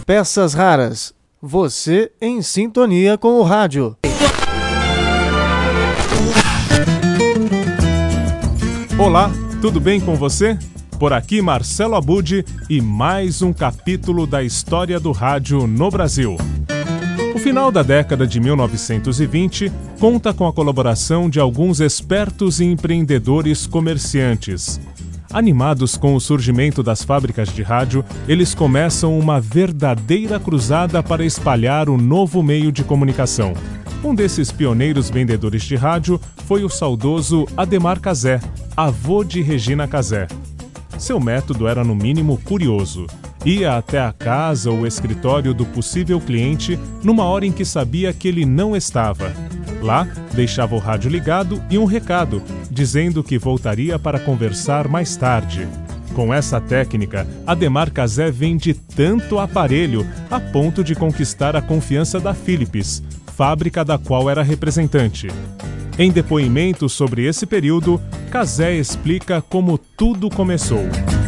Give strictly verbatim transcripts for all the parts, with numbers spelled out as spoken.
Peças Raras. Você em sintonia com o rádio. Olá, tudo bem com você? Por aqui Marcelo Abud e mais um capítulo da história do rádio no Brasil. O final da década de mil novecentos e vinte conta com a colaboração de alguns espertos e empreendedores comerciantes. Animados com o surgimento das fábricas de rádio, eles começam uma verdadeira cruzada para espalhar o novo meio de comunicação. Um desses pioneiros vendedores de rádio foi o saudoso Ademar Cazé, avô de Regina Casé. Seu método era no mínimo curioso. Ia até a casa ou escritório do possível cliente numa hora em que sabia que ele não estava. Lá, deixava o rádio ligado e um recado, dizendo que voltaria para conversar mais tarde. Com essa técnica, Ademar Cazé vende tanto aparelho a ponto de conquistar a confiança da Philips, fábrica da qual era representante. Em depoimento sobre esse período, Cazé explica como tudo começou.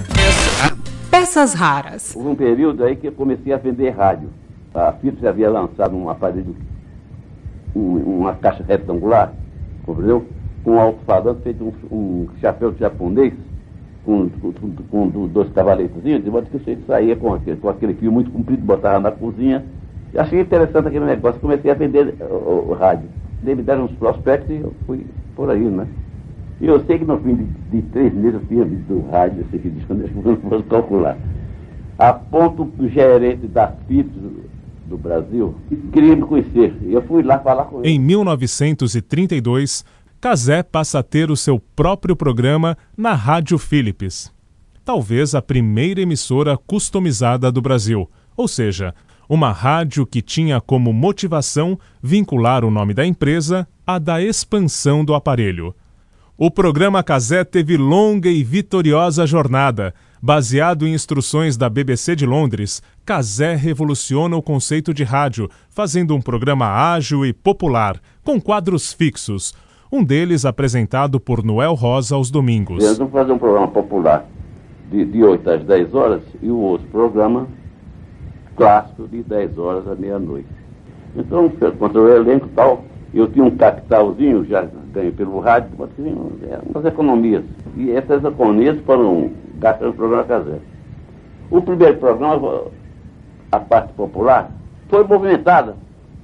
Peças raras. Houve um período aí que eu comecei a vender rádio. A Philips havia lançado um aparelho, um, uma caixa retangular, compreendeu? Com um alto-falante feito um, um chapéu japonês, com, com, com dois cavaletezinhos, de modo que você saía com aquele, com aquele fio muito comprido, botava na cozinha. Eu achei interessante aquele negócio, comecei a vender o, o rádio. Eles me deram uns prospectos e eu fui por aí, né? E eu sei que no fim de, de três meses eu tinha visto o rádio, eu sei que diz quando eu fosse calcular. A ponto do gerente da Philips do, do Brasil queria me conhecer. E eu fui lá falar com ele. Em mil novecentos e trinta e dois, Cazé passa a ter o seu próprio programa na Rádio Philips. Talvez a primeira emissora customizada do Brasil, ou seja, uma rádio que tinha como motivação vincular o nome da empresa à da expansão do aparelho. O programa Cazé teve longa e vitoriosa jornada. Baseado em instruções da B B C de Londres, Cazé revoluciona o conceito de rádio, fazendo um programa ágil e popular, com quadros fixos. Um deles apresentado por Noel Rosa aos domingos. Eles vão fazer um programa popular de, de oito às dez horas e o outro programa clássico de dez horas à meia-noite. Então, contra o elenco e tal, eu tinha um capitalzinho, já ganho pelo rádio, umas economias. E essas economias foram gastas no programa Cazé. O primeiro programa, a parte popular, foi movimentada.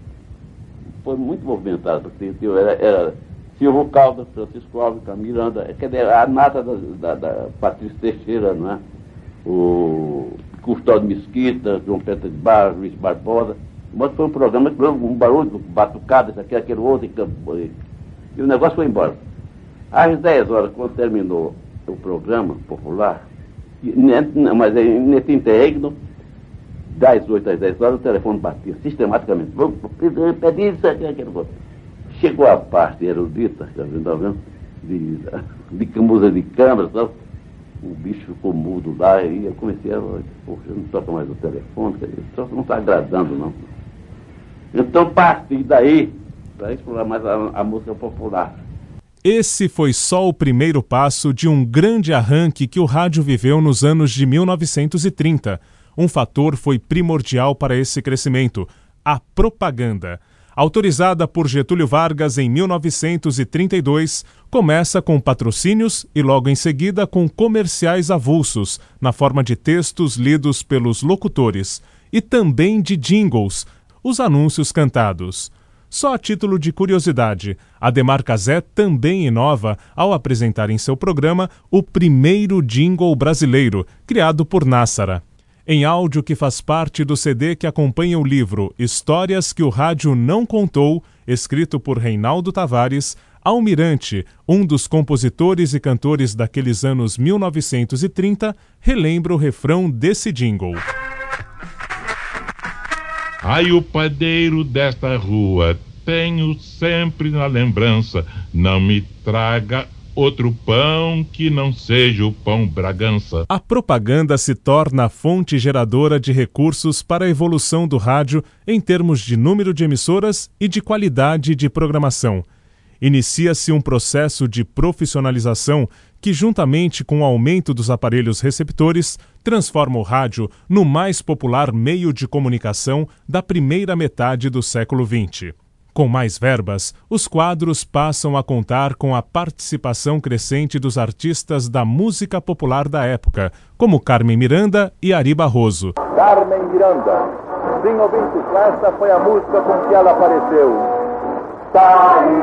Foi muito movimentada, porque era, era Silvio Caldas, Francisco Alves, Miranda, quer dizer, a nata da, da, da Patrícia Teixeira, não é? O Custódio Mesquita, João Pedro de Barra, Luiz Barbosa. Mas foi um programa que um barulho, batucada, isso aqui, aquele outro, e, e o negócio foi embora. Às dez horas, quando terminou o programa popular, mas nesse interregno, das oito às dez horas, o telefone batia sistematicamente. Vamos pedir isso aqui, aquele outro. Chegou a parte erudita, já vendo, de, de música de câmara, sabe? O bicho ficou mudo lá e eu comecei a... Poxa, não toca mais o telefone, só não está agradando, não. Então, parti daí para explorar mais a, a música popular. Esse foi só o primeiro passo de um grande arranque que o rádio viveu nos anos de mil novecentos e trinta. Um fator foi primordial para esse crescimento: a propaganda. Autorizada por Getúlio Vargas em mil novecentos e trinta e dois, começa com patrocínios e logo em seguida com comerciais avulsos, na forma de textos lidos pelos locutores, e também de jingles, os anúncios cantados. Só a título de curiosidade, Ademar Cazé também inova ao apresentar em seu programa o primeiro jingle brasileiro, criado por Nassara. Em áudio que faz parte do C D que acompanha o livro Histórias que o Rádio Não Contou, escrito por Reinaldo Tavares, Almirante, um dos compositores e cantores daqueles anos mil novecentos e trinta, relembra o refrão desse jingle. Ai, o padeiro desta rua, tenho sempre na lembrança, não me traga outro pão que não seja o pão Bragança. A propaganda se torna a fonte geradora de recursos para a evolução do rádio em termos de número de emissoras e de qualidade de programação. inicia-se um processo de profissionalização que, juntamente com o aumento dos aparelhos receptores, transforma o rádio no mais popular meio de comunicação da primeira metade do século vinte. Com mais verbas, os quadros passam a contar com a participação crescente dos artistas da música popular da época, como Carmen Miranda e Ari Barroso. Carmen Miranda. Sim, ouvintes, esta foi a música com que ela apareceu. Tá aí,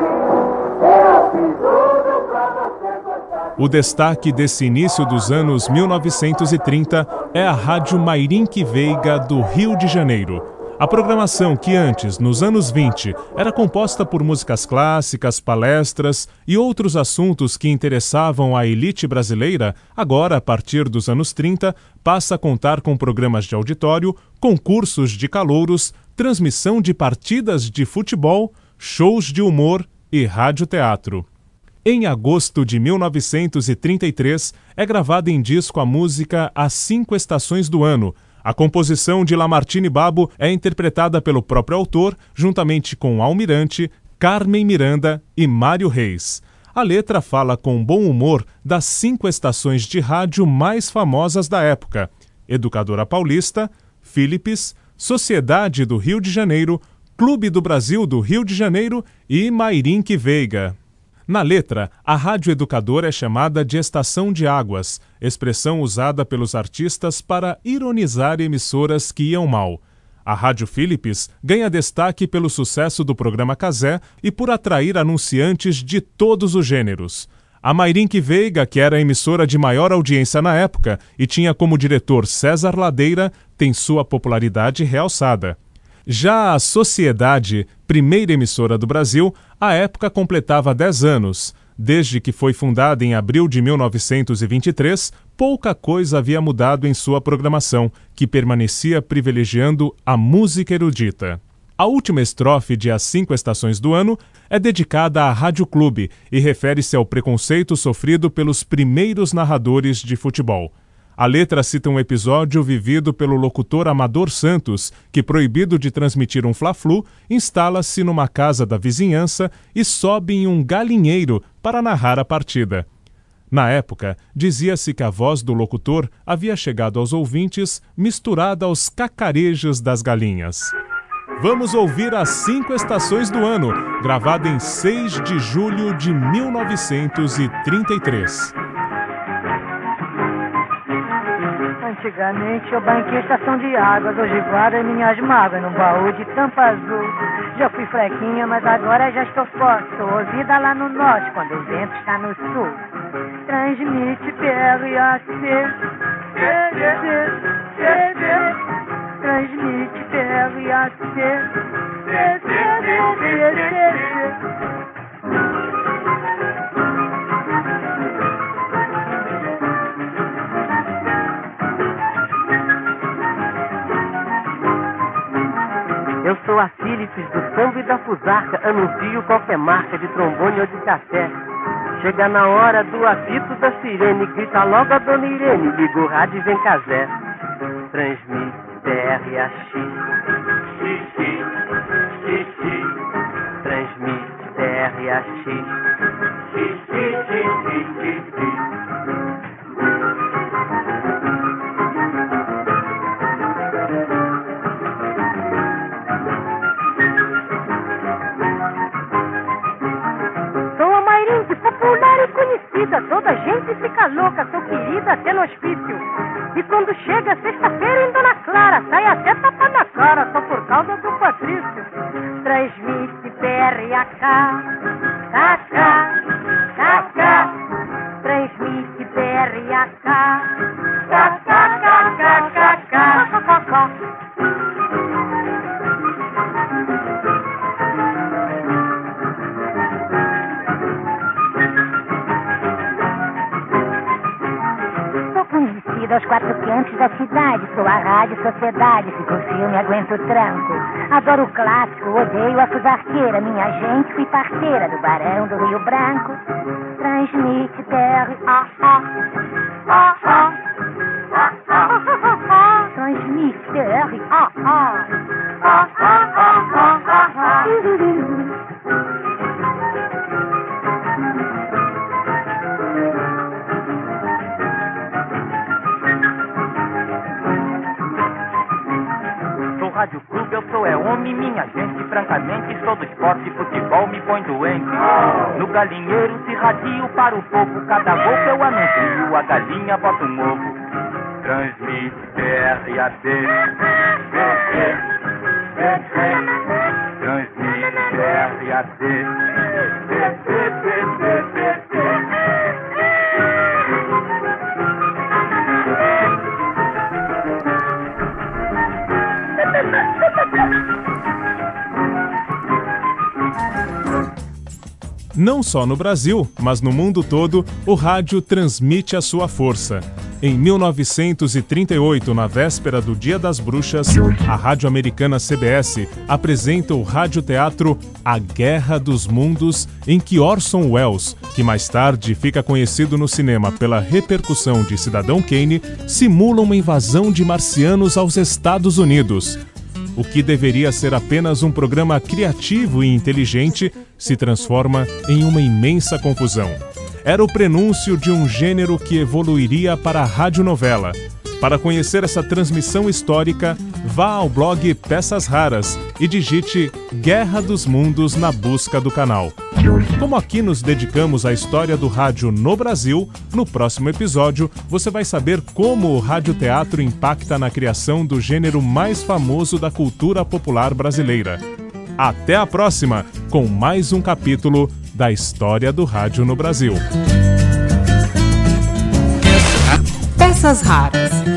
eu fiz tudo pra você gostar. O destaque desse início dos anos mil novecentos e trinta é a Rádio Mairinque Veiga, do Rio de Janeiro. A programação, que antes, nos anos vinte, era composta por músicas clássicas, palestras e outros assuntos que interessavam a elite brasileira, agora, a partir dos anos trinta, passa a contar com programas de auditório, concursos de calouros, transmissão de partidas de futebol, shows de humor e radioteatro. Em agosto de mil novecentos e trinta e três, é gravada em disco a música As Cinco Estações do Ano. A composição de Lamartine Babo é interpretada pelo próprio autor, juntamente com Almirante, Carmen Miranda e Mário Reis. A letra fala com bom humor das cinco estações de rádio mais famosas da época: Educadora Paulista, Philips, Sociedade do Rio de Janeiro, Clube do Brasil do Rio de Janeiro e Mairinque Veiga. Na letra, a rádio educadora é chamada de Estação de Águas, expressão usada pelos artistas para ironizar emissoras que iam mal. A Rádio Philips ganha destaque pelo sucesso do programa Cazé e por atrair anunciantes de todos os gêneros. A Mairinque Veiga, que era a emissora de maior audiência na época e tinha como diretor César Ladeira, tem sua popularidade realçada. Já a Sociedade, primeira emissora do Brasil, à época completava dez anos. Desde que foi fundada em abril de mil novecentos e vinte e três, pouca coisa havia mudado em sua programação, que permanecia privilegiando a música erudita. A última estrofe de As Cinco Estações do Ano é dedicada à Rádio Clube e refere-se ao preconceito sofrido pelos primeiros narradores de futebol. A letra cita um episódio vivido pelo locutor Amador Santos, que, proibido de transmitir um Fla-Flu, instala-se numa casa da vizinhança e sobe em um galinheiro para narrar a partida. Na época, dizia-se que a voz do locutor havia chegado aos ouvintes misturada aos cacarejos das galinhas. Vamos ouvir As Cinco Estações do Ano, gravada em seis de julho de mil novecentos e trinta e três. Antigamente eu banquei estação de águas, hoje guardo minhas mágoas num baú de tampa azul. Já fui frequinha, mas agora já estou forte. Sou ouvida lá no norte, quando o vento está no sul. Transmite P R A C, transmite P R A C. Eu sou a Philips do samba e da fusarca, anuncio qualquer marca de trombone ou de café. Chega na hora do apito da sirene, grita logo a dona Irene, liga o rádio e vem Cazé. Transmite P R A X, transmite P R A X. Toda gente fica louca, sou querida até no hospício. E quando chega sexta-feira em Dona Clara, sai até tapa na cara, só por causa do Patrício. Transmite P R A K, K K, K K. Transmite P R A K, K K, K K, K K, K K. Aos quatro cantos da cidade, sou a rádio Sociedade, se for filme aguento o tranco. Adoro o clássico, odeio a fusarqueira, minha gente fui parceira do Barão do Rio Branco. Transmite P R A A, A A, transmite P R A A, A A, Rádio Clube, eu sou é homem, minha gente, francamente, sou do esporte, futebol me põe doente. No galinheiro se radio para o povo, cada gol que eu anuncio, a galinha bota um ovo. Transmite R A D, transmite R A D. Não só no Brasil, mas no mundo todo, o rádio transmite a sua força. Em mil novecentos e trinta e oito, na véspera do Dia das Bruxas, a rádio americana C B S apresenta o radioteatro A Guerra dos Mundos, em que Orson Welles, que mais tarde fica conhecido no cinema pela repercussão de Cidadão Kane, simula uma invasão de marcianos aos Estados Unidos. O que deveria ser apenas um programa criativo e inteligente se transforma em uma imensa confusão. Era o prenúncio de um gênero que evoluiria para a radionovela. Para conhecer essa transmissão histórica, vá ao blog Peças Raras e digite Guerra dos Mundos na busca do canal. Como aqui nos dedicamos à história do rádio no Brasil, no próximo episódio você vai saber como o radioteatro impacta na criação do gênero mais famoso da cultura popular brasileira. Até a próxima, com mais um capítulo da história do rádio no Brasil. Peças Raras.